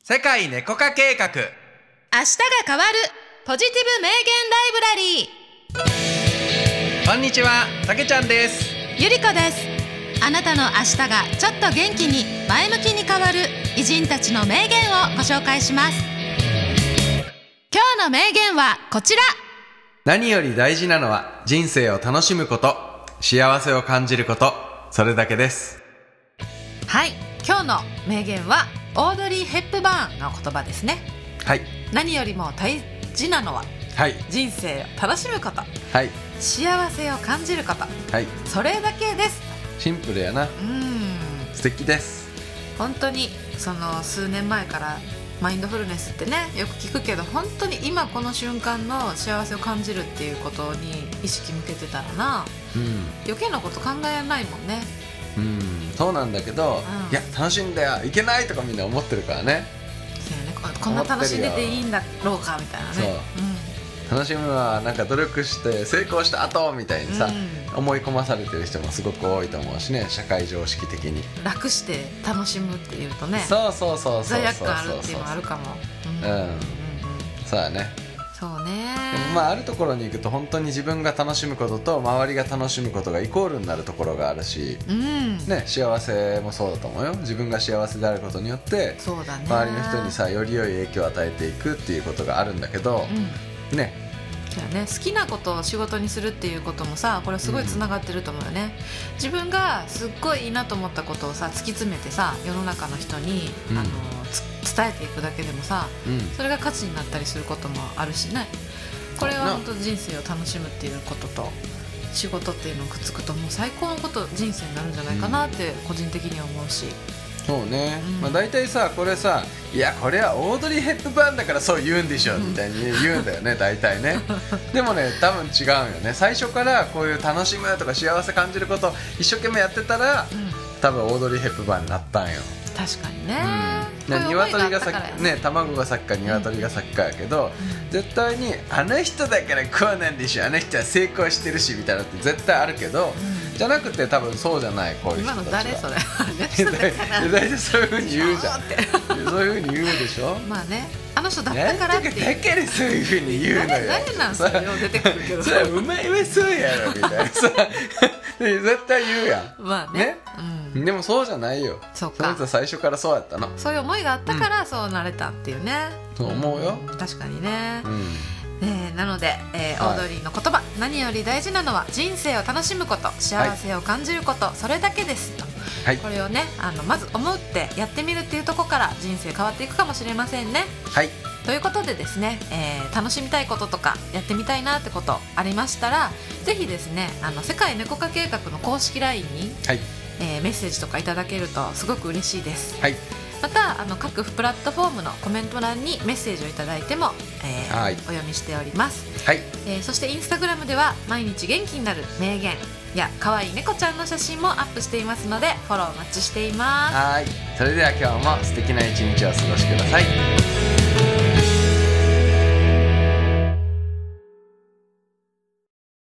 世界猫化計画。 明日が変わるポジティブ名言ライブラリー。 こんにちは、たけちゃんです。 ゆりこです。あなたの明日がちょっと元気に前向きに変わる偉人たちの名言をご紹介します。今日の名言はこちら。 何より大事なのは人生を楽しむこと、幸せを感じること、それだけです。 はい、今日の名言はオードリー・ヘップバーンの言葉ですね。 はい、 何よりも大事なのは、 はい、 人生を楽しむこと、 はい、 幸せを感じること、 はい、 それだけです。 シンプルやな。素敵です。 本当にその数年前からマインドフルネスってね、よく聞くけど、本当に今この瞬間の幸せを感じるっていうことに意識向けてたらな、余計なこと考えないもんね。 そうなんだけど、いや楽しんだよいけないとかみんな思ってるからね。 そうやね、こんな楽しんでていいんだろうかみたいなね。 楽しむのはなんか努力して成功した後みたいにさ、思い込まされてる人もすごく多いと思うしね、社会常識的に。 楽して楽しむっていうとね、 そう罪悪感あるっていうのはあるかも。 そうだね。 そうね。 でもあるところに行くと本当に自分が楽しむことと周りが楽しむことがイコールになるところがあるし、幸せもそうだと思うよ。自分が幸せであることによって、 そうだね、 周りの人にさより良い影響を与えていくっていうことがあるんだけど、 好きなことを仕事にするっていうこともさ、これすごいつながってると思うよね。自分がすっごいいいなと思ったことをさ、突き詰めてさ、世の中の人に、伝えていくだけでもさ、それが価値になったりすることもあるしね。これは本当人生を楽しむっていうことと仕事っていうのをくっつくと、もう最高のこと人生になるんじゃないかなって個人的には思うし。 そうね、大体さこれさ、いやこれはオードリー・ヘップバーンだからそう言うんでしょみたいに言うんだよね大体ね。でもね、多分違うんよね。最初からこういう楽しむとか幸せ感じることを一生懸命やってたら、多分オードリー・ヘップバーンになったんよ。 確かにね。 鶏が先ね、卵が先か鶏が先かやけど、絶対にあの人だからこうなんでしょ、あの人は成功してるしみたいなのって絶対あるけど、じゃなくて多分そうじゃない、こういう人たちは。 今の誰それ。 大体そういう風に言うじゃん。そういう風に言うでしょ。 まあね、あの人だったからっていう。 だからそういう風に言うのよ。 誰なんそれよ、出てくるけど。 それお前はそうやろみたいなさ絶対言うやん。 まあね。 でもそうじゃないよ。 その人最初からそうやったの。 そういう思いがあったからそうなれたっていうね。 そう思うよ。 確かにね。なので、オードリーの言葉、何より大事なのは人生を楽しむこと、幸せを感じること、それだけですと。これをね、まず思ってやってみるっていうところから人生変わっていくかもしれませんね。ということでですね、楽しみたいこととかやってみたいなってことありましたら、ぜひですね、世界猫化計画の公式 LINE に、メッセージとかいただけるとすごく嬉しいです。また各プラットフォームのコメント欄にメッセージをいただいても、お読みしております。そしてインスタグラムでは毎日元気になる名言や可愛い猫ちゃんの写真もアップしていますので、フォローお待ちしています。 それでは今日も素敵な一日をお過ごしください。